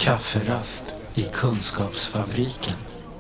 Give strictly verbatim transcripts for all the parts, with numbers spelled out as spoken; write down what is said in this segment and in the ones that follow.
Kafferast i Kunskapsfabriken.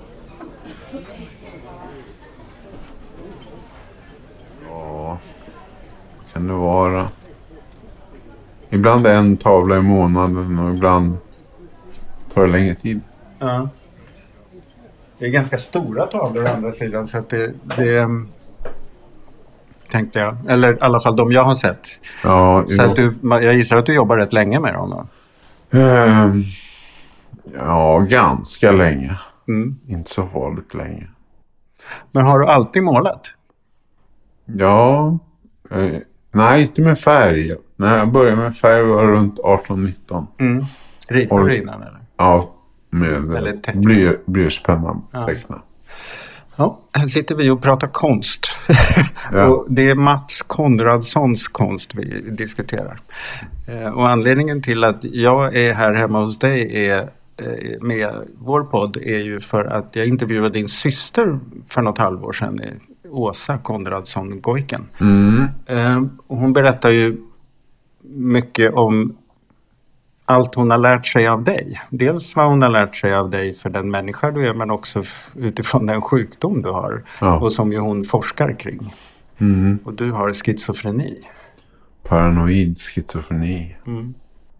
Ja, kan det vara? Ibland en tavla i månaden och ibland tar det längre tid. Ja. Det är ganska stora tavlor å andra sidan, så att det, det tänkte jag. Eller i alla fall de jag har sett. Ja, så att du, jag gissar att du jobbar rätt länge med dem då? Um, ja, ganska länge. Mm. Inte så farligt länge. Men har du alltid målat? Ja, eh, nej, inte med färg. När jag började med färg var jag runt arton nitton. Mm. Ritade du innan eller? Ja, med bly, blyertspenna ja. teckna. Ja, här sitter vi och pratar konst. Ja. Och det är Mats Konradssons konst vi diskuterar. Eh, och anledningen till att jag är här hemma hos dig är, eh, med vår podd är ju för att jag intervjuade din syster för något halvår sedan, Åsa Konradsson-Goiken. Mm. Eh, och hon berättar ju mycket om allt hon har lärt sig av dig. Dels vad hon har lärt sig av dig för den människa du är, men också utifrån den sjukdom du har. Ja. Och som ju hon forskar kring. Mm. Och du har schizofreni. Paranoid schizofreni. Mm.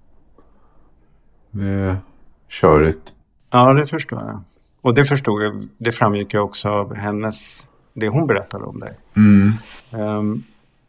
Det är körigt. Ja, det förstår jag. Och det förstod jag. Det framgick ju också av hennes, det hon berättade om dig. Mm. Um,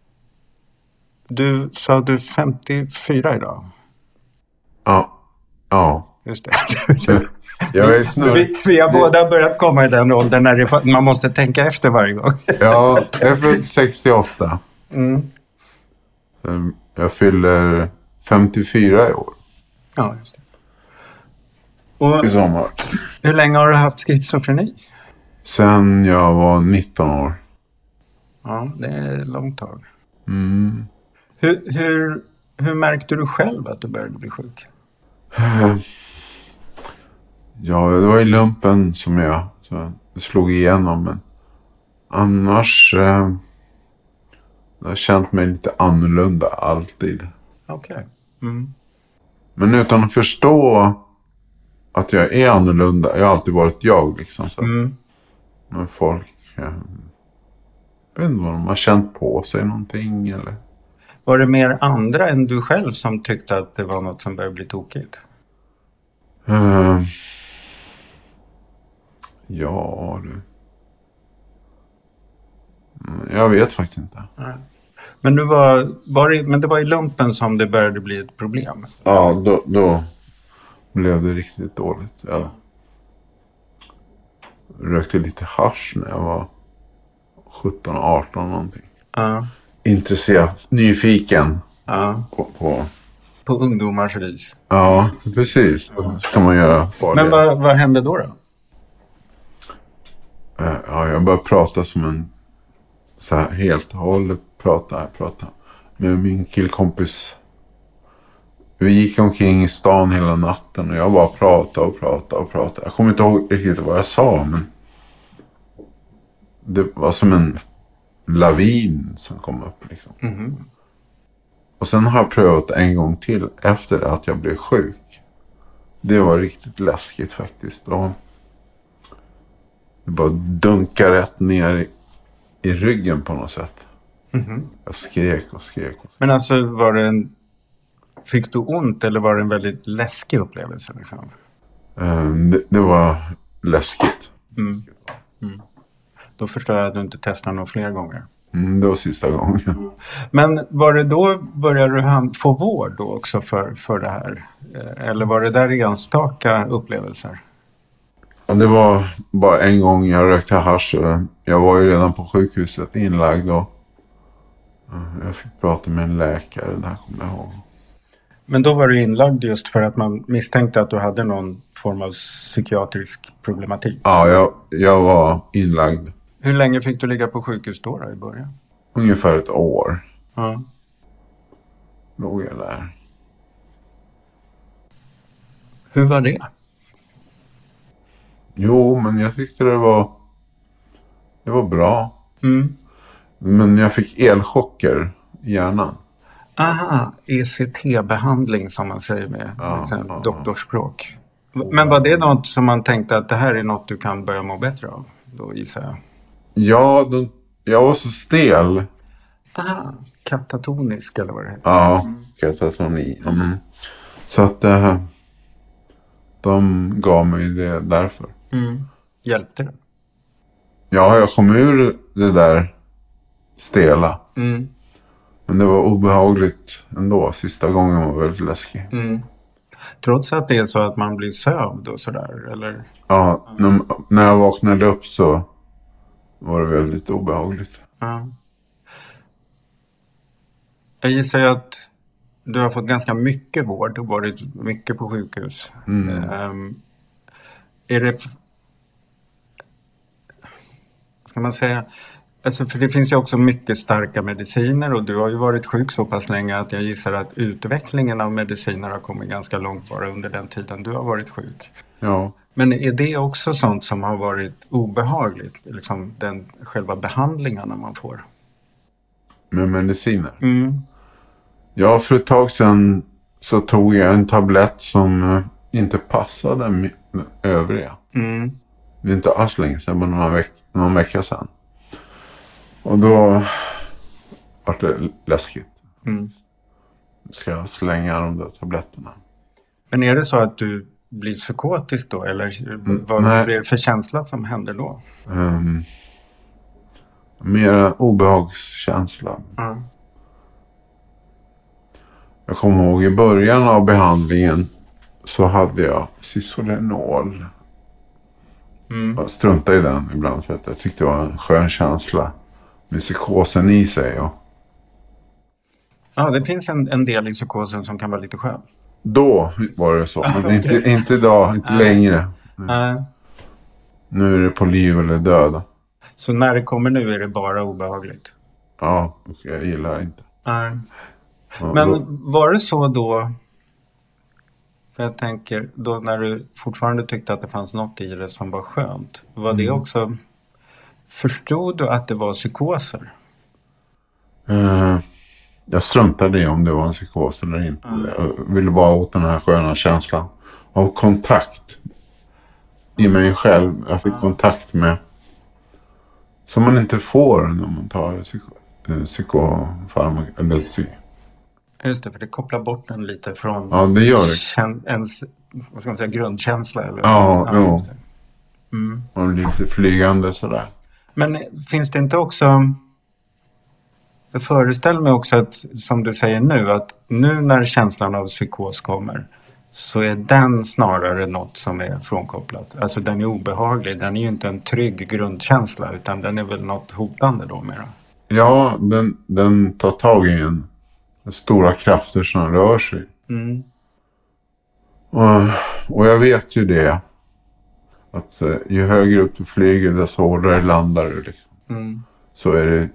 du sa du femtiofyra idag? Ja. Ja. Just det. Jag är snurr. Vi, vi har båda börjat komma i den åldern när det, man måste tänka efter varje gång. Ja, jag är född sextioåtta. Mm. Jag fyller femtiofyra i år. Ja, just det. Och i sommar. Hur länge har du haft schizofreni? Sen jag var nitton år. Ja, det är ett långt tag. Mm. Hur, hur, hur märkte du själv att du började bli sjuk? Ja, det var i lumpen som jag så jag slog igenom. Men annars eh, jag har känt mig lite annorlunda alltid. Okej. Okay. Mm. Men utan att förstå att jag är annorlunda. Jag har alltid varit jag liksom. Så. Mm. Men folk, eh, jag vet inte vad de har känt på sig någonting eller. Var det mer andra än du själv som tyckte att det var något som började bli tokigt? Uh, ja, du. Jag vet faktiskt inte. Nej. Men, du var, var det, men det var i lumpen som det började bli ett problem? Ja, då, då blev det riktigt dåligt. Jag rökte lite hasch när jag var sjutton arton någonting. Ja. Intresserad, nyfiken ja. på, på... på ungdomars vis. Ja, precis. Ja. Kan man göra farligt. Men vad, vad hände då då? Ja, jag började prata som en så här helt och hållet prata, prata med min killkompis. Vi gick omkring i stan hela natten och jag bara pratade och pratade och pratade. Jag kommer inte ihåg riktigt vad jag sa, men det var som en lavin som kom upp liksom. Mm-hmm. Och sen har jag prövat en gång till efter att jag blev sjuk. Det var riktigt läskigt faktiskt. Och det bara dunkade rätt ner i, i ryggen på något sätt. Mm-hmm. Jag skrek och skrek. Och skrek. Men alltså var det en... Fick du ont eller var det en väldigt läskig upplevelse? Liksom? Um, det, det var läskigt. Mm. Mm. Då förstår jag att du inte testade någon fler gånger. Mm, det var sista gången. Mm. Men var det då började du ham- få vård då också för, för det här? Eller var det där enstaka upplevelser? Ja, det var bara en gång jag rökte hasch. Jag var ju redan på sjukhuset inlagd och jag fick prata med en läkare, där kommer jag ihåg. Men då var du inlagd just för att man misstänkte att du hade någon form av psykiatrisk problematik? Ja, jag, jag var inlagd. Hur länge fick du ligga på sjukhus då, då i början? Ungefär ett år. Ja. Låg jag där. Hur var det? Jo, men jag tyckte det var det var bra. Mm. Men jag fick elchocker i hjärnan. Aha, E C T-behandling som man säger med, ja, med ja, doktorspråk. Men var det något som man tänkte att det här är något du kan börja må bättre av? Då gissar jag. Ja, de, jag var så stel. Aha, katatonisk eller vad det heter. Ja, katatoni. Mm. Så att äh, de gav mig det därför. Mm. Hjälpte det? Ja, jag kom ur det där stela. Mm. Men det var obehagligt ändå. Sista gången var väldigt läskig. Mm. Trots att det är så att man blir sövd och sådär, eller? Ja, när, när jag vaknade upp så var det väldigt obehagligt. Ja. Jag gissar ju att du har fått ganska mycket vård och varit mycket på sjukhus. Mm. Um, är det... Ska man säga... Alltså för det finns ju också mycket starka mediciner och du har ju varit sjuk så pass länge att jag gissar att utvecklingen av mediciner har kommit ganska långt bara under den tiden du har varit sjuk. Ja. Men är det också sånt som har varit obehagligt? Liksom den själva behandlingarna man får? Med mediciner? Mm. Ja, för ett tag sedan så tog jag en tablett som uh, inte passade med övriga. Mm. Det är inte alls länge sedan, bara någon, veck- någon vecka sedan. Och då var det läskigt. Mm. Ska jag slänga de där tabletterna? Men är det så att du blir psykotisk då? Eller vad nej. är det för känsla som händer då? Um, mer en obehagskänsla. Mm. Jag kommer ihåg i början av behandlingen så hade jag Cisolenol. Mm. Jag struntade i den ibland för att jag tyckte det var en skön känsla med psykosen i sig. Och Ja, det finns en, en del i psykosen som kan vara lite skön. då var det så, men Okay. inte, inte idag, inte Nej. längre. Nej. Nu är det på liv eller död. Så när det kommer nu är det bara obehagligt? Ja, och jag gillar det inte. Nej. Ja, Men då, var det så då, för jag tänker, då när du fortfarande tyckte att det fanns något i det som var skönt, var det också, förstod du att det var psykoser? eh, jag struntade i om det var en psykos eller inte. Mm. Jag ville bara åt den här sköna känslan av kontakt i mig själv. Jag fick kontakt med, som man inte får när man tar psyko, eh, psykofarmaka eller psy. Just det, för det kopplar bort den lite från Ja, det gör det. kän, ens, vad ska man säga, grundkänsla. Eller? Ja, ja. just det. Mm. Man blir lite flygande sådär. Men finns det inte också, jag föreställer mig också att, som du säger nu, att nu när känslan av psykos kommer så är den snarare något som är frånkopplat. Alltså den är obehaglig, den är ju inte en trygg grundkänsla utan den är väl något hotande då mera. Ja, den, den tar tag i en. Stora krafter som rör sig. Mm. Och, och jag vet ju det. Att eh, ju högre upp du flyger desto hårdare landar du liksom. Mm. Så är det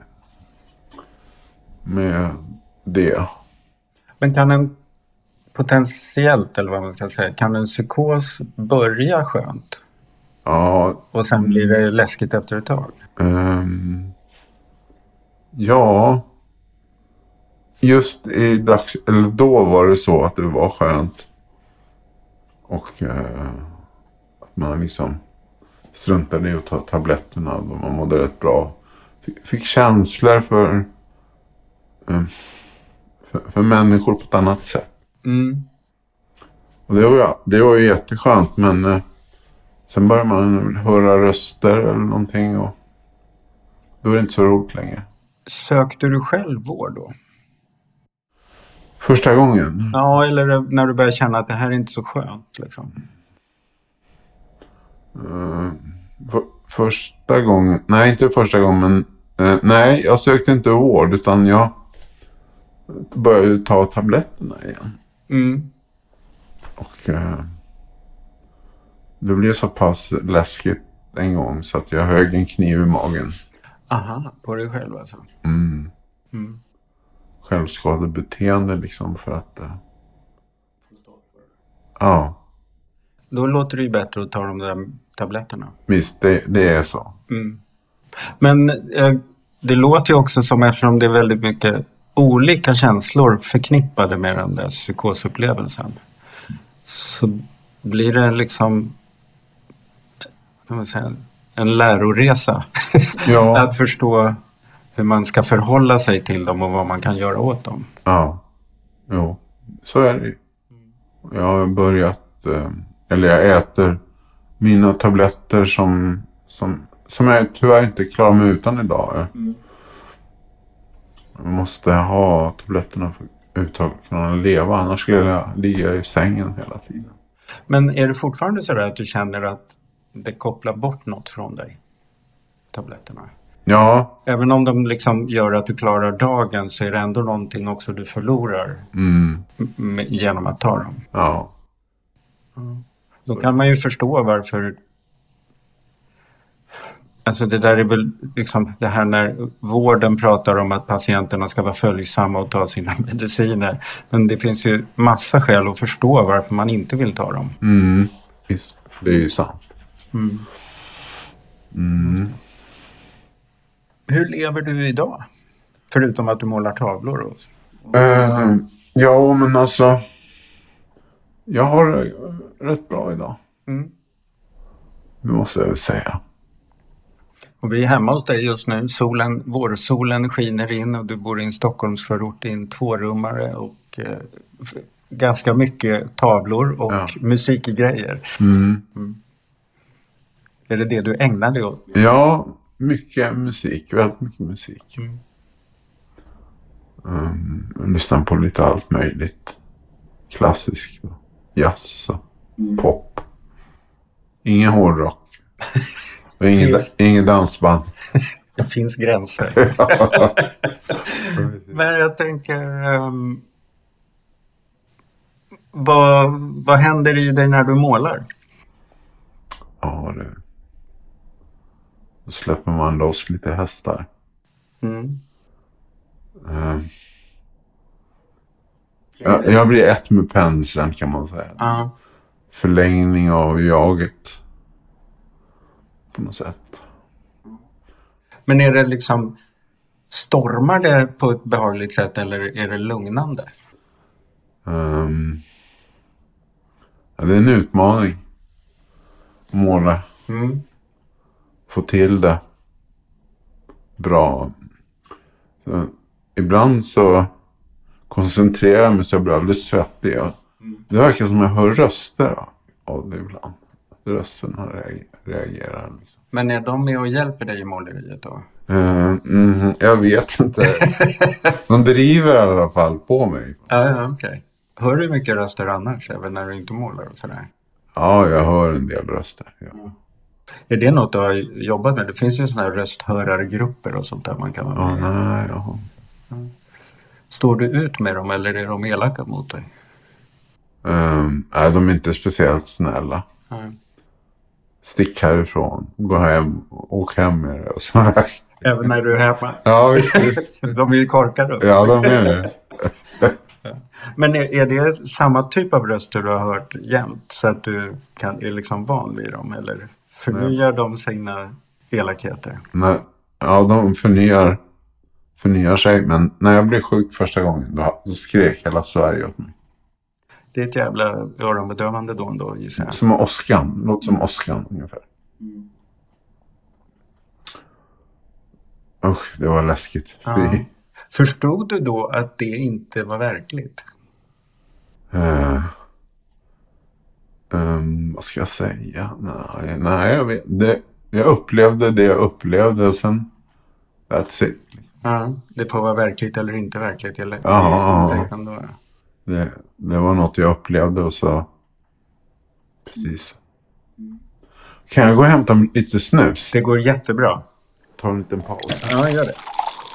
med det. Men kan en potentiellt, eller vad man ska säga, kan en psykos börja skönt Ja. och sen blir det läskigt efter ett tag? Um, ja. Just i dags, eller då var det så att det var skönt. Och eh, att man liksom struntade i att ta tabletterna och man mådde rätt bra. Fick, fick känslor för, eh, för, för människor på ett annat sätt. Mm. Och det var ju, det var ju jätteskönt, men eh, sen började man höra röster eller någonting och då är det inte så roligt längre. Sökte du själv vård då? Första gången? Ja, eller när du börjar känna att det här är inte så skönt liksom. Uh, för, första gången, nej inte första gången, men uh, nej, jag sökte inte vård utan jag började ta tabletterna igen. Mm. Och uh, det blev så pass läskigt en gång så att jag högg en kniv i magen. Aha, på dig själv alltså? Mm. Mm. Självskadebeteende liksom för att uh, ja. Då låter det ju bättre att ta de där tabletterna. Visst, det, det är så. Mm. Men eh, det låter ju också som, eftersom det är väldigt mycket olika känslor förknippade med den där psykosupplevelsen. Så blir det liksom, kan man säga, en läroresa Ja. att förstå hur man ska förhålla sig till dem och vad man kan göra åt dem. Ja, jo, så är det. Jag har börjat, eh, eller jag äter mina tabletter som, som, som jag tyvärr inte klarar mig utan idag. Mm. Jag måste ha tabletterna för uttag för att leva, annars skulle jag ligga i sängen hela tiden. Men är det fortfarande så att du känner att det kopplar bort något från dig, tabletterna? Ja. Även om de liksom gör att du klarar dagen, så är det ändå någonting också du förlorar mm. m- genom att ta dem. Ja. Mm. Då kan man ju förstå varför. Alltså det där är väl liksom det här när vården pratar om att patienterna ska vara följsamma och ta sina mediciner. Men det finns ju massa skäl att förstå varför man inte vill ta dem. Mm. Visst, det är ju sant. Mm. Mm. Hur lever du idag? Förutom att du målar tavlor och... Uh, ja, men alltså... Jag har det rätt bra idag. Mm. Det måste jag väl säga. Och vi är hemma hos dig just nu. Solen, vårsolen skiner in och du bor i en Stockholmsförort i en tvårummare och eh, ganska mycket tavlor och ja. musikgrejer. Mm. Mm. Är det det du ägnar dig åt? Ja, mycket musik. Väldigt mycket musik. Mm. Um, jag lyssnar på lite allt möjligt. Klassisk, jazz och mm. pop. Ingen hårdrock. Och ingen, ingen dansband. Det finns gränser. Men jag tänker... Um, vad, vad händer i dig när du målar? Ja, det... Då släpper man loss lite hästar. Mm. Um, jag, jag blir ett med penseln, kan man säga. Uh. Förlängning av jaget. På något sätt. Men är det liksom, stormar det på ett behagligt sätt eller är det lugnande? Um, ja, det är en utmaning. Måla. Mm. Få till det bra. Så, ibland så koncentrerar jag mig så jag blir alldeles svettig. Mm. Det verkar som jag hör röster av det ibland. Rösterna reagerar. Liksom. Men är de med och hjälper dig i måleriet då? Uh, mm, jag vet inte. De driver i alla fall på mig. Ja, ja, okej. Okay. Hör du mycket röster annars, även när du inte målar och sådär? Ja, jag hör en del röster. Ja. Mm. Är det något du har jobbat med? Det finns ju sådana här rösthörargrupper och sånt där man kan vara med. Ja, nej, ja. Mm. Står du ut med dem eller är de elaka mot dig? Um, nej, de är inte speciellt snälla. Mm. Stick härifrån, gå hem, åk hem med det och så här. Även när du är hemma? Ja, visst, visst. De är ju korkade. Ja, de är det. Men är, är det samma typ av röster du har hört jämt så att du kan, är liksom van vid dem? Eller förnyar Nej. de sina elakheter? Nej, ja, de förnyar, förnyar sig. Men när jag blev sjuk första gången, då, då skrek hela Sverige åt mig. Det är ett jävla öronbedövande då ändå, gissar jag. Som Oskan, låter som Oskan ungefär. Mm. Usch, det var läskigt. Ja. Förstod du då att det inte var verkligt? Uh, um, vad ska jag säga? Nej, nej jag vet. Det, jag upplevde det jag upplevde och sen that's it. Ja, det får vara verkligt eller inte verkligt. Eller, ja, det, det, det, det var något jag upplevde och så precis. Kan jag gå och hämta lite snus? Det går jättebra. Ta en liten paus. Ja, gör det.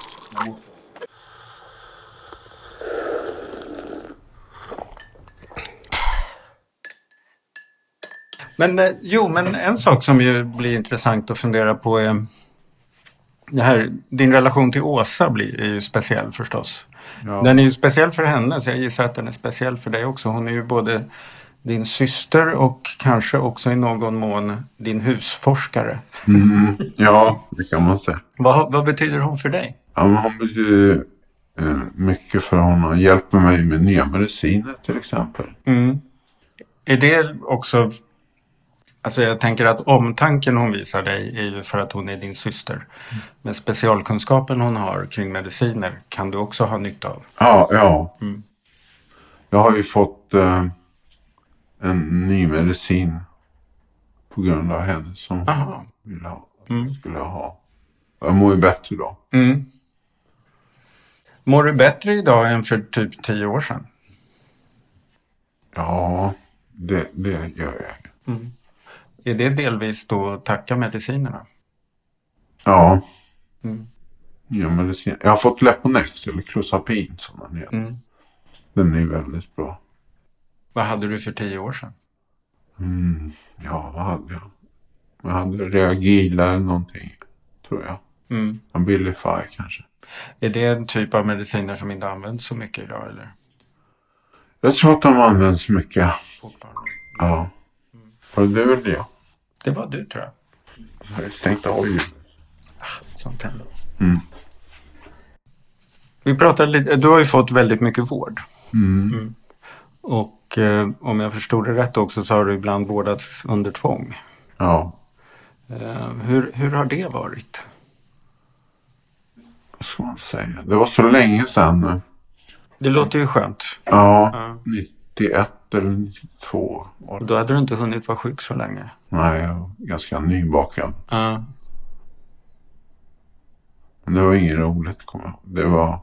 Men eh, jo, men en sak som ju blir intressant att fundera på är det här, din relation till Åsa blir, är ju speciell förstås. Ja. Den är ju speciell för henne, så jag gissar att den är speciell för dig också. Hon är ju både din syster och kanske också i någon mån din husforskare. Mm, ja, det kan man säga. Vad, vad betyder hon för dig? Ja, men hon betyder eh, mycket för hon hjälper mig med nya mediciner till exempel. Mm. Är det också... Alltså jag tänker att omtanken hon visar dig är ju för att hon är din syster. Mm. Men specialkunskapen hon har kring mediciner kan du också ha nytta av. Ja, ja. Mm. Jag har ju fått eh, en ny medicin på grund av henne som jag ville ha, mm. skulle ha. Jag mår ju bättre då. Mm. Mår du bättre idag än för typ tio år sedan? Ja, det, det gör jag. Mm. Är det delvis då tacka medicinerna? Ja. Mm. Ja, medicin. Jag har fått Leponex eller Clozapin som den heter. Mm. Den är väldigt bra. Vad hade du för tio år sedan? Mm. Ja, vad hade jag? Jag hade Reagila eller någonting, tror jag. Mm. Abilify kanske. Är det en typ av mediciner som inte används så mycket idag, eller? Jag tror att de används mycket. Fortfarande. Ja. Mm. Och det är väl det. Det var du, tror jag. Jag har stängt av ju. Ah, sånt händer. Mm. Vi pratade lite, du har ju fått väldigt mycket vård. Mm. Mm. Och eh, om jag förstod det rätt också så har du ibland vårdats under tvång. Ja. Eh, hur, hur har det varit? Vad ska man säga? Det var så länge sedan nu. Det låter ju skönt. Ja, ja. nittioett eller nittiotvå. Och då hade du inte hunnit vara sjuk så länge. Nej, jag var ganska nybakad. Ja. Men det var inget roligt, kommer jag. Det var...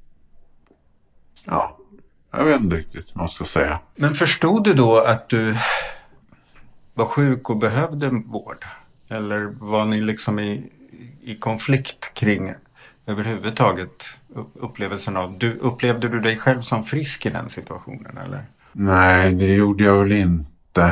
Ja, jag vet inte riktigt vad man ska säga. Men förstod du då att du var sjuk och behövde vård? Eller var ni liksom i, i konflikt kring överhuvudtaget upplevelsen av... Du, upplevde du dig själv som frisk i den situationen, eller? Nej, det gjorde jag väl inte.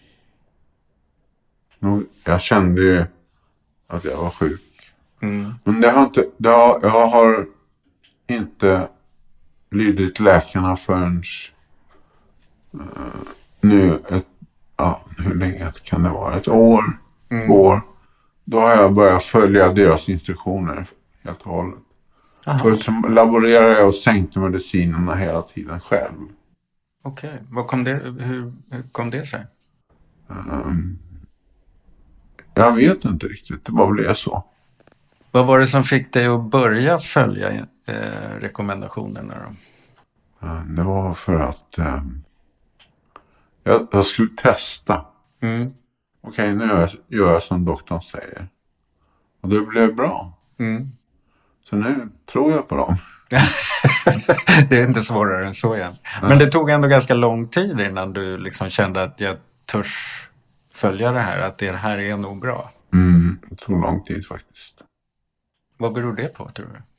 Jag kände ju att jag var sjuk. Mm. Men det har inte, det har, jag har inte lydit läkarna förrän uh, nu, ett, ja, hur länge kan det vara? Ett år, mm. år. Då har jag börjat följa deras instruktioner helt och hållet. Förut så laborerade jag och sänkte medicinerna hela tiden själv. Okej, okay. Vad kom det, hur, hur kom det sig? Um, jag vet inte riktigt, det var väl det så. Vad var det som fick dig att börja följa eh, rekommendationerna då? Uh, det var för att um, jag, jag skulle testa. Mm. Okej, okay, nu gör jag, gör jag som doktorn säger. Och det blev bra. Mm. Så nu tror jag på dem. Det är inte svårare än så igen. Ja. Men det tog ändå ganska lång tid innan du liksom kände att jag törs följa det här. Att det här är nog bra. Mm, det tog lång tid faktiskt. Vad beror det på, tror du?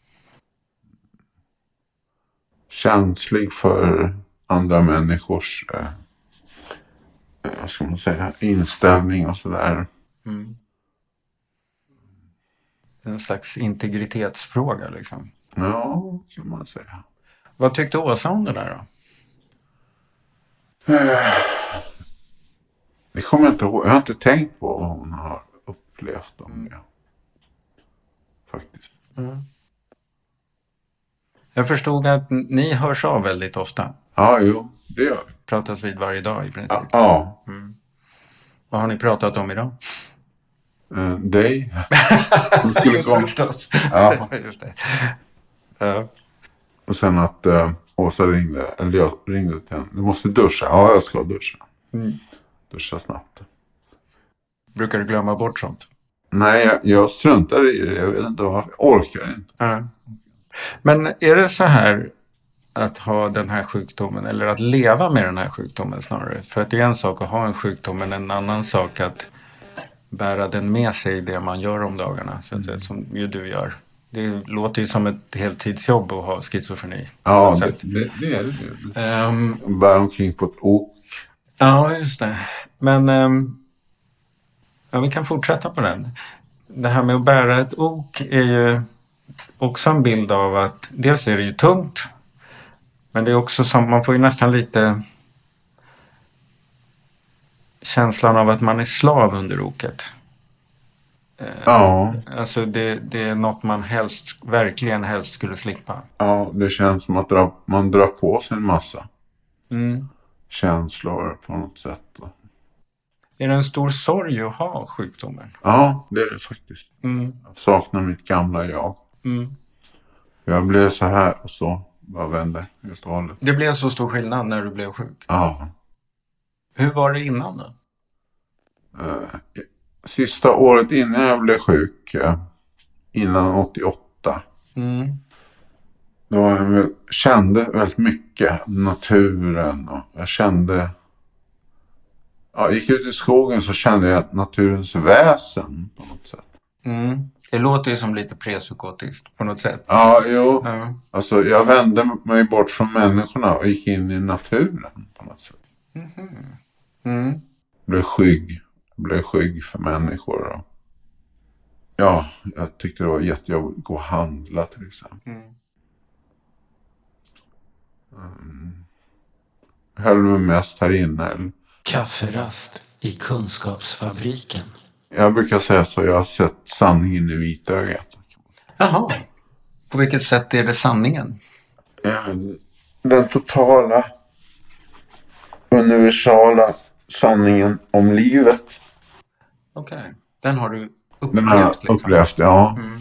Känslig för andra människors eh, vad ska man säga, inställning och sådär. Mm. En slags integritetsfråga liksom. Ja, kan man säga. Vad tyckte Åsa om det där då? Det kommer jag inte ihåg. Jag har inte tänkt på vad hon har upplevt om mm. det. Faktiskt. Mm. Jag förstod att ni hörs av väldigt ofta. Ja, jo, det gör vi. Pratas vid varje dag i princip. Ja. Mm. Vad har ni pratat om idag? Uh, dig. Hon skulle komma. Ja. Just det. Ja. Och sen att uh, Åsa ringde, eller jag ringde till henne. Du måste duscha. Ja, jag ska duscha. Mm. Duscha snabbt. Brukar du glömma bort sånt? Nej, jag, jag struntar i det. Jag vet inte varför. Jag orkar inte. Ja. Men är det så här att ha den här sjukdomen eller att leva med den här sjukdomen snarare? För att det är en sak att ha en sjukdom, men en annan sak att bära den med sig i det man gör om dagarna, så att säga, som ju du gör. Det låter ju som ett heltidsjobb att ha schizofreni. Ja, det, det, det är det. Um, Bär omkring på ett ok. Ja, just det. Men um, ja, vi kan fortsätta på den. Det här med att bära ett ok är ju också en bild av att dels är det ju tungt, men det är också som, man får ju nästan lite känslan av att man är slav under oket. Ja. Alltså det, det är något man helst, verkligen helst skulle slippa. Ja, det känns som att dra, man drar på sig en massa. Mm. känslor på något sätt. Är det en stor sorg att ha sjukdomen? Ja, det är det faktiskt. Mm. Jag saknar mitt gamla jag. Mm. Jag blev så här och så bara vände helt och hållet. Det blev så stor skillnad när du blev sjuk. Ja. Hur var det innan då? Eh, sista året innan jag blev sjuk, eh, innan åttioåtta, Mm. då jag väl, kände väldigt mycket naturen och jag kände, ja, gick ut i skogen så kände jag naturens väsen på något sätt. Mm. Det låter ju som lite presupkotiskt på något sätt. Ja, jo. Ja. Alltså jag vände mig bort från människorna och gick in i naturen på något sätt. Mm-hmm. Mm. Blev skygg. Blev skygg för människor. Och, ja, jag tyckte det var jättejobbigt att gå och handla till exempel. Mm. Mm. Jag höll mig mest här inne. Kafferast i Kunskapsfabriken. Jag brukar säga så, jag har sett sanningen i vitögat. Jaha. På vilket sätt är det sanningen? Den totala, universala sanningen om livet. Okej. Okay. Den har du upplevt? Den har jag liksom. upplevt, ja. Mm.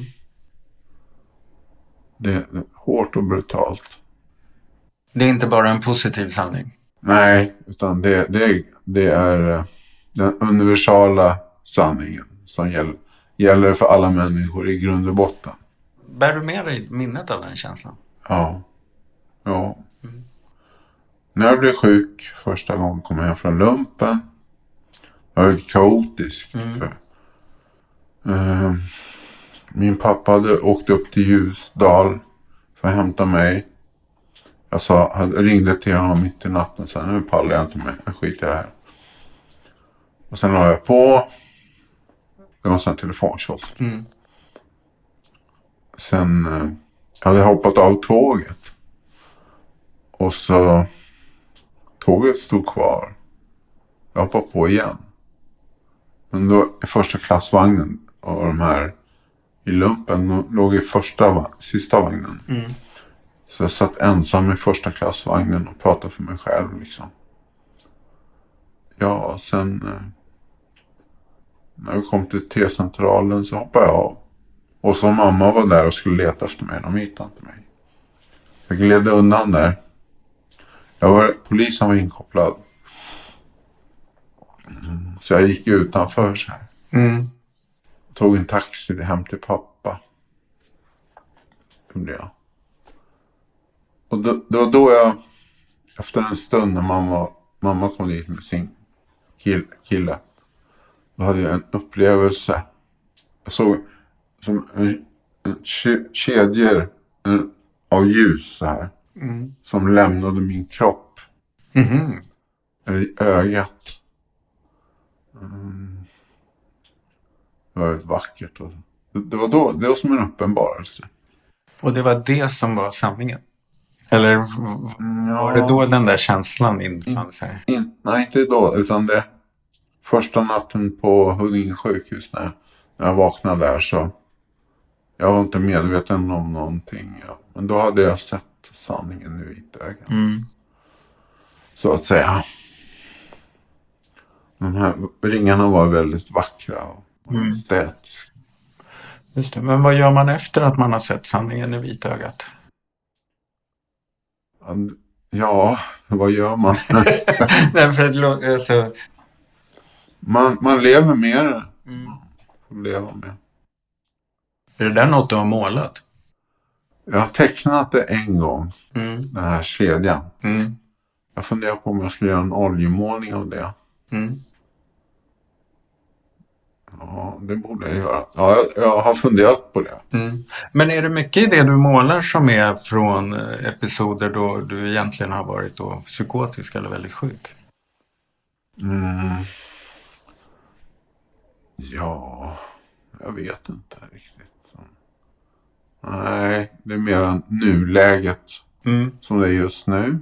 Det är hårt och brutalt. Det är inte bara en positiv sanning? Nej, utan det, det, det är den universala sanningen som gäller, gäller för alla människor i grund och botten. Bär du med dig minnet av den känslan? Ja. Ja. Mm. När jag blev sjuk första gången kom jag hem från lumpen. Jag var lite kaotisk. Mm. För, uh, min pappa hade åkt upp till Ljusdal för att hämta mig. Jag sa, jag ringde till honom mitt i natten och sa, nu pallar jag inte med, jag skiter i det här. Och sen la jag på. Det var en sån här telefonkiosk. Mm. Sen uh, jag hade hoppat av tåget. Och så tåget stod kvar. Jag hoppade på igen. Men då i första klassvagnen och de här i lumpen de låg i första, sista vagnen. Mm. Så jag satt ensam i första klassvagnen och pratade för mig själv liksom. Ja, sen eh, när vi kom till T-centralen så hoppade jag av. Och så mamma var där och skulle leta efter mig. De hittade inte mig. Jag gled undan där. Jag var, polisen var inkopplad. Mm, så jag gick utanför så här. Mm. Tog en taxi hem till pappa. Gjorde jag. Och då, då, då jag, efter en stund när mamma, mamma kom dit med sin kill, kille. Då hade jag en upplevelse. Jag såg som en, en kedjor en, av ljus så här. Mm. Som lämnade min kropp. Mm-hmm. Eller i ögat. Mm. Det var vackert. Och det, det, var då, det var som en uppenbarelse. Och det var det som var sanningen? Eller Ja. var det då den där känslan infann sig? In, nej, inte då. Utan det första natten på Huddinge sjukhus när, när jag vaknade där så. Jag var inte medveten om någonting. Ja. Men då hade jag sett sanningen i vitögat. Mm. Så att säga. De här ringarna var väldigt vackra och Mm. estetiska. Just det. Men vad gör man efter att man har sett sanningen i vitögat? Ja, vad gör man? Nej, för att, alltså... man? Man lever med det. Mm. Får leva med. Är det där något du har målat? Jag har tecknat det en gång. Mm. Den här kedjan. Mm. Jag funderar på om jag skulle göra en oljemålning av det. Mm. Ja, det borde jag göra. Ja, jag, jag har funderat på det. Mm. Men är det mycket i det du målar som är från episoder då du egentligen har varit då psykotisk eller väldigt sjuk? Mm. Ja, jag vet inte riktigt. Så. Nej, det är mer nuläget Mm. som det är just nu.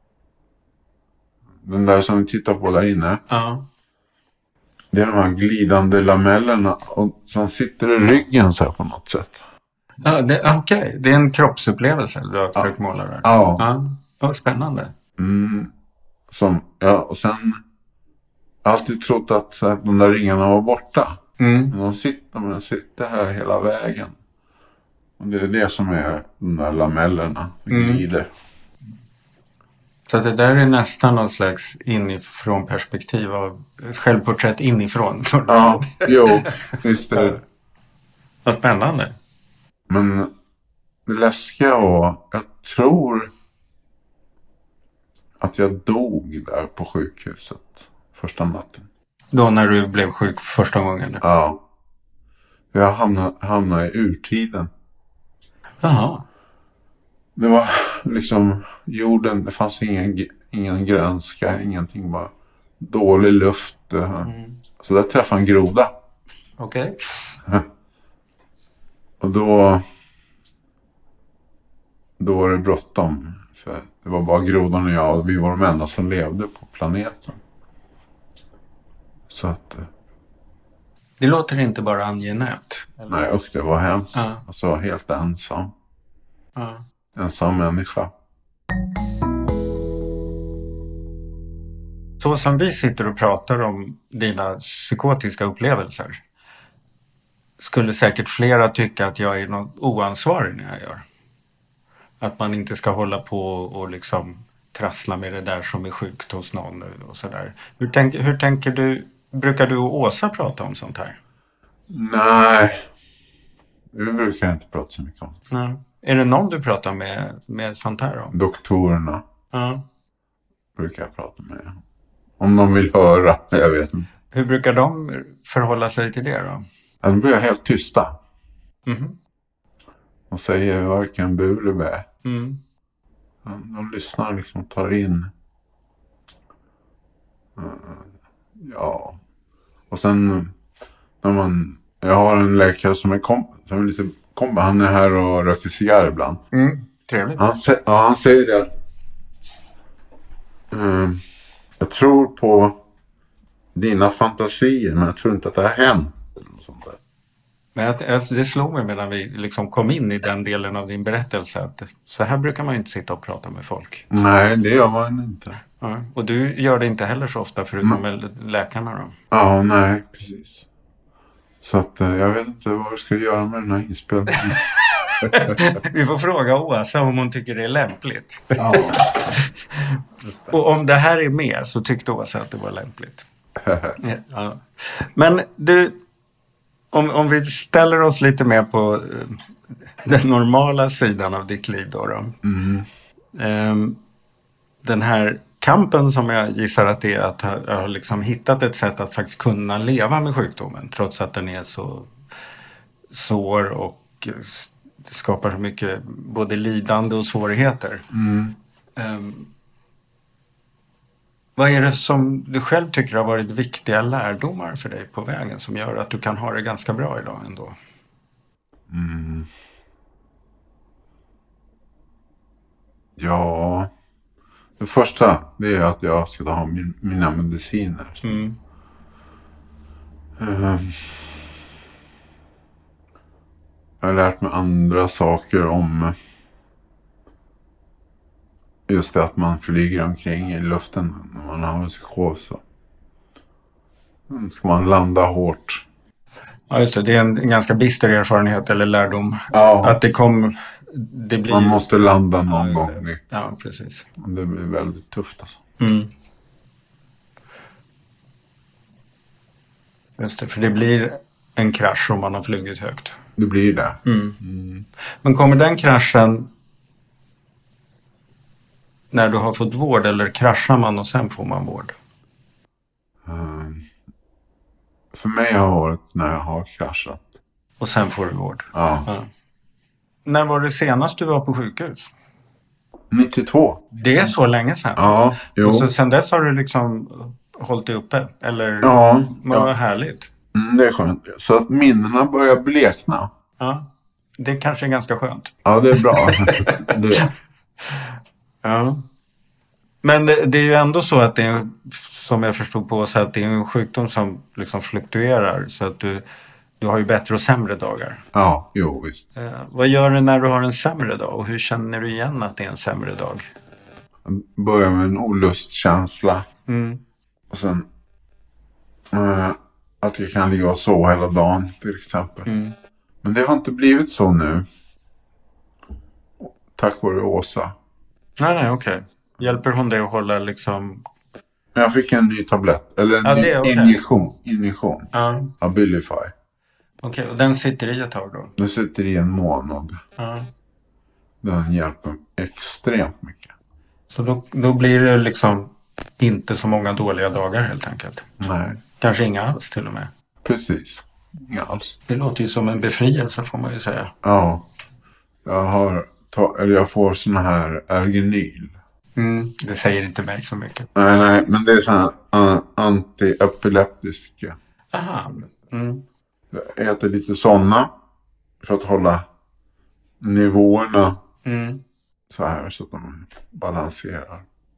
Den där som vi tittar på där inne. Ja. Det är de här glidande lamellerna och, som sitter i ryggen så här på något sätt. Ja, det, okej. Okay. Det är en kroppsupplevelse du har försökt måla där. Ja. Ja. Vad spännande. Mm. Som, ja, och sen jag har alltid trott att, att de där ringarna var borta. Mm. Men de sitter, de sitter här hela vägen. Och det är det som är de där lamellerna. Mm. Glider. Så att det där är nästan någon slags inifrån perspektiv av ett självporträtt inifrån. Ja, jo, visst är det. Vad spännande. Men det läskiga var, jag tror att jag dog där på sjukhuset första natten. Då när du blev sjuk första gången? Ja. Jag hamnade, hamnade i urtiden. Jaha. Det var liksom jorden, det fanns ingen, ingen grönska, ingenting, bara dålig luft. Mm. Så där träffade en groda. Okej. Okay. Och då då var det bråttom. För det var bara grodan och jag och vi var de enda som levde på planeten. Så att... Det låter inte bara angenämt. Eller? Nej, och det var hemskt. Ja. Alltså helt ensam. Ja. Ensam människa. Så som vi sitter och pratar om dina psykotiska upplevelser skulle säkert flera tycka att jag är något oansvarig när jag gör. Att man inte ska hålla på och liksom trassla med det där som är sjukt hos någon och sådär. Hur, tänk, hur tänker du, brukar du och Åsa prata om sånt här? Nej, vi brukar inte prata så mycket om det. Nej. Är det någon du pratar med, med sånt här om? Doktorerna. Ja. Brukar jag prata med. Om de vill höra, jag vet inte. Hur brukar de förhålla sig till det då? De blir helt tysta. Mm. De säger varken bu eller bä. Mm. De, de lyssnar liksom och tar in. Uh, ja. Och sen när man... Jag har en läkare som är, kom, som är lite kom, han är här och röker cigarr ibland. Mm. Trevligt. Han, ja, han säger det. Uh, jag tror på dina fantasier, men jag tror inte att det har hänt. Sånt där. Men att, alltså, det slog mig medan vi liksom kom in i den delen av din berättelse att så här brukar man inte sitta och prata med folk. Nej, det gör man inte. Ja. Och du gör det inte heller så ofta förutom med läkarna då? Ja, nej, precis. Så att jag vet inte vad vi ska göra med den här inspelningen. Vi får fråga Åsa om hon tycker det är lämpligt. Ja, just det. Och om det här är med så tyckte Åsa att det var lämpligt. Ja. Men du, om, om vi ställer oss lite mer på uh, den normala sidan av ditt liv då. då. Mm. Um, den här kampen som jag gissar att det är att ha, ha liksom hittat ett sätt att faktiskt kunna leva med sjukdomen trots att den är så svår och skapar så mycket både lidande och svårigheter. Mm. Um, vad är det som du själv tycker har varit viktiga lärdomar för dig på vägen som gör att du kan ha det ganska bra idag ändå? Mm. Ja, det första det är att jag ska ha min, mina mediciner. Mm. Um, jag har lärt mig andra saker om just det att man flyger omkring i luften när man har en psykos. Ska man landa hårt. Ja just det, det är en, en ganska bister erfarenhet eller lärdom. Ja. Att det kom, det blir... Man måste landa någon ja, gång. Det. Ja, precis. Det blir väldigt tufft alltså. Mm. Just det, för det blir en krasch om man har flugit högt. Det blir det. Mm. Mm. Men kommer den kraschen när du har fått vård eller kraschar man och sen får man vård? Um, för mig har det varit när jag har kraschat. Och sen får du vård? Ja. Ja. När var det senast du var på sjukhus? nittiotvå. Det är så länge sedan? Ja, jo. Och så sen dess har du liksom hållit dig uppe? Eller? Ja. Vad ja. var härligt. Mm, det är skönt. Så att minnena börjar blekna. Ja. Det kanske är ganska skönt. Ja, det är bra. det. Ja. Men det, det är ju ändå så att det är, som jag förstod på så att det är en sjukdom som liksom fluktuerar. Så att du, du har ju bättre och sämre dagar. Ja, jo visst. Eh, vad gör du när du har en sämre dag? Och hur känner du igen att det är en sämre dag? börjar med en olustkänsla. Mm. Och sen eh, att jag kan ligga och sova hela dagen till exempel. Mm. Men det har inte blivit så nu. Tack vare Åsa. Nej, nej, okej. Okay. Hjälper hon dig att hålla liksom... Jag fick en ny tablett. Eller en ja, ny det är okay. injektion. Injektion. Ja. Abilify. Okej, okay, och den sitter i ett tag då? Den sitter i en månad. Ja. Den hjälper extremt mycket. Så då, då blir det liksom inte så många dåliga dagar helt enkelt? Nej. Kanske inga alls till och med? Precis. Inga alls. Det låter ju som en befrielse får man ju säga. Ja. Jag har... Ta, eller jag får såna här Ergenyl. Mm, det säger inte mig så mycket. Nej, nej, men det är såna uh, antiepileptiska. Aha. Mm. Jag äter lite såna för att hålla nivåerna mm. så här så att de balanserar.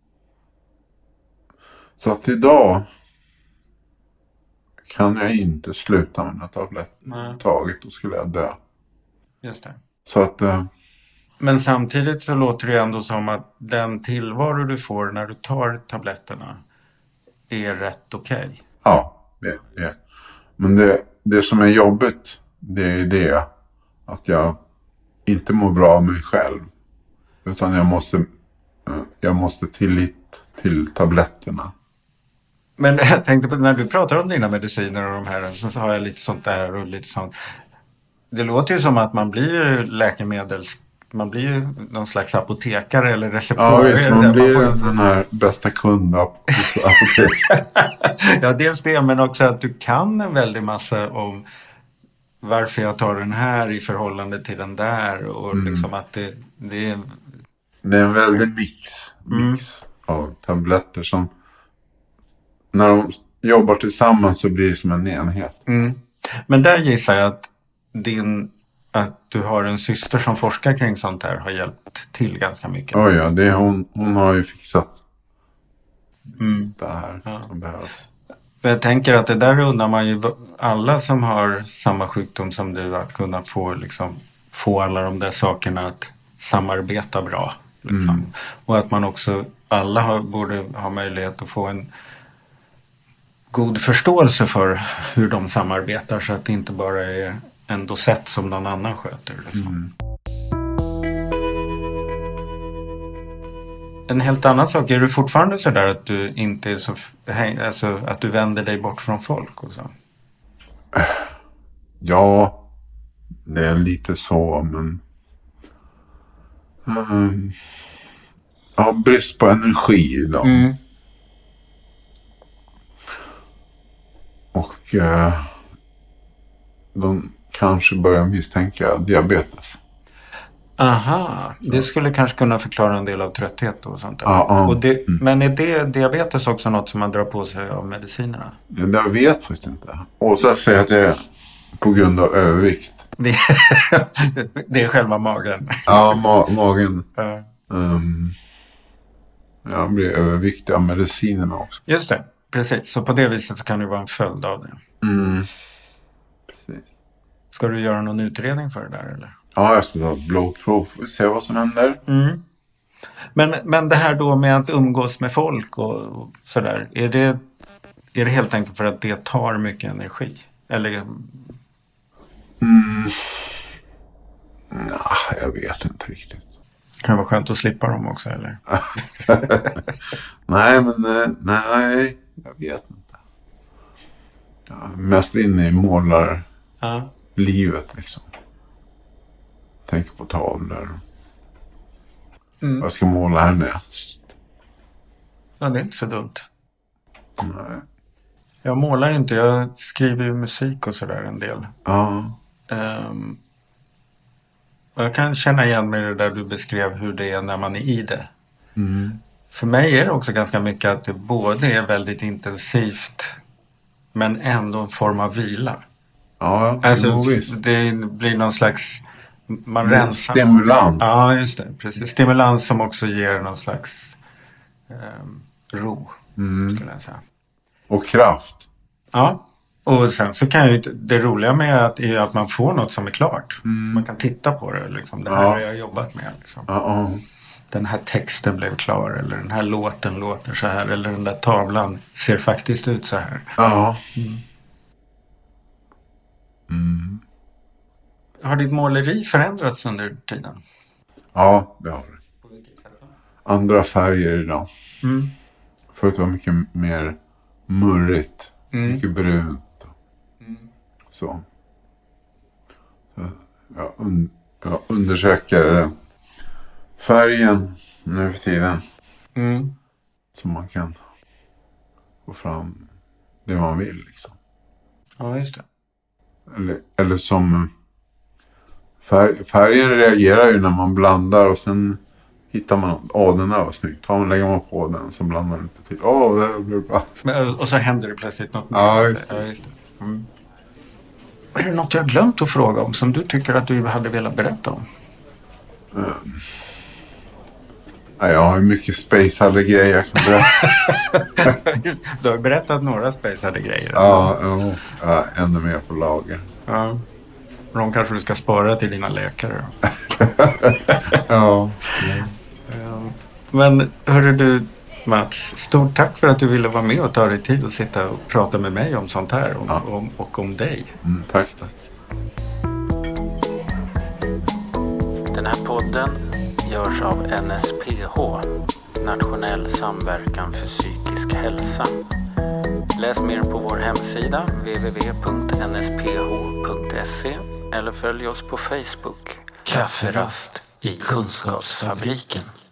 Så att idag kan jag inte sluta med något tablett taget, då skulle jag dö. Just det. Så att... Uh, Men samtidigt så låter det ändå som att den tillvaro du får när du tar tabletterna är rätt okej. Okay. Ja, det är. Men det, det som är jobbigt, det är det att jag inte mår bra av mig själv. Utan jag måste, jag måste tillit till tabletterna. Men jag tänkte på när du pratar om dina mediciner och de här, så har jag lite sånt där och lite sånt. Det låter ju som att man blir läkemedels... Man blir ju någon slags apotekare eller receptor. Ja visst, man blir man en sån här bästa kund apotek. Ja, dels det, men också att du kan en väldig massa om varför jag tar den här i förhållande till den där. Och mm. liksom att det, det är... Det är en väldig mix, mix mm. av tabletter som när de jobbar tillsammans så blir det som en enhet. Mm. Men där gissar jag att din... att du har en syster som forskar kring sånt här har hjälpt till ganska mycket. Oh ja, det är hon, hon har ju fixat mm. det här ja. som behövs. Jag tänker att det där undrar man ju alla som har samma sjukdom som du att kunna få, liksom, få alla de där sakerna att samarbeta bra. Liksom. Mm. Och att man också, alla har, borde ha möjlighet att få en god förståelse för hur de samarbetar så att det inte bara är en dosett som någon annan sköter. Liksom. Mm. En helt annan sak, är du fortfarande så där att du inte är så, alltså att du vänder dig bort från folk och så? Ja, det är lite så, men um, jag har brist på energi idag. Mm. Och uh, de kanske börjar misstänka diabetes. Aha, det skulle kanske kunna förklara en del av trötthet och sånt där. Ja, ja. Och det, mm. Men är det diabetes också något som man drar på sig av medicinerna? Ja, jag vet faktiskt inte. Och så säger att det är på grund av övervikt. Det, det är själva magen. Ja, ma- magen. Ja. Um, jag blir överviktig av medicinerna också. Just det, precis. Så på det viset så kan det vara en följd av det. Mm. Precis. Ska du göra någon utredning för det där eller? Ja, jag ska ta ett blodprov och se vad som händer. Mm. Men, men det här då med att umgås med folk och, och sådär. Är det, är det helt enkelt för att det tar mycket energi? Eller? Mm. Nah, jag vet inte riktigt. Kan det vara skönt att slippa dem också eller? nej, men nej, jag vet inte. Jag är mest inne i målar ja. livet liksom. Tänker på tavlor. Mm. Jag ska måla härnäst. Ja, det är inte så dumt. Nej. Jag målar ju inte, jag skriver ju musik och sådär en del. Ja. Um, och jag kan känna igen mig det där du beskrev hur det är när man är i det. Mm. För mig är det också ganska mycket att det både är väldigt intensivt men ändå en form av vila. Ja, alltså, det blir någon slags man rensar. Stimulans. Ja, just det. Precis. Stimulans som också ger någon slags eh, ro, mm. skulle jag säga. Och kraft. Ja, och sen så kan ju det roliga med att, är att man får något som är klart. Mm. Man kan titta på det, liksom. Det här ja. har jag jobbat med. Liksom. Ja, den här texten blev klar eller den här låten låter så här eller den där tavlan ser faktiskt ut så här. Ja. Mm. Mm. Har ditt måleri förändrats under tiden? Ja, det har det. Andra färger idag. Mm. Förut var mycket mer murrigt. Mm. Mycket brunt. Mm. Så. Så jag, un- jag undersöker färgen nu för tiden. Mm. Så man kan få fram det man vill liksom. Ja, just det. Eller, eller som färg, färgen reagerar ju när man blandar och sen hittar man, åh den där var snyggt. Ja, man lägger man på den så blandar man lite till. Åh, det här blir bra. Men, och så händer det plötsligt något mer. Ja, just det. Ja, just det. Mm. Är det något jag har glömt att fråga om som du tycker att du hade velat berätta om? Mm. Ja, jag har ju mycket spejsade grejer jag kan berätta. Du har berättat några spejsade grejer. Ja, ja, ja, ännu mer på lager. Ja. De kanske du ska spara till dina läkare. Ja. Ja. Men hörru du Mats, stort tack för att du ville vara med och ta dig tid och sitta och prata med mig om sånt här och, ja. om, och om dig. Mm, tack, tack. Den här podden görs av N S P H, Nationell samverkan för psykisk hälsa. Läs mer på vår hemsida w w w punkt n s p h punkt s e eller följ oss på Facebook. Kafferast i Kunskapsfabriken.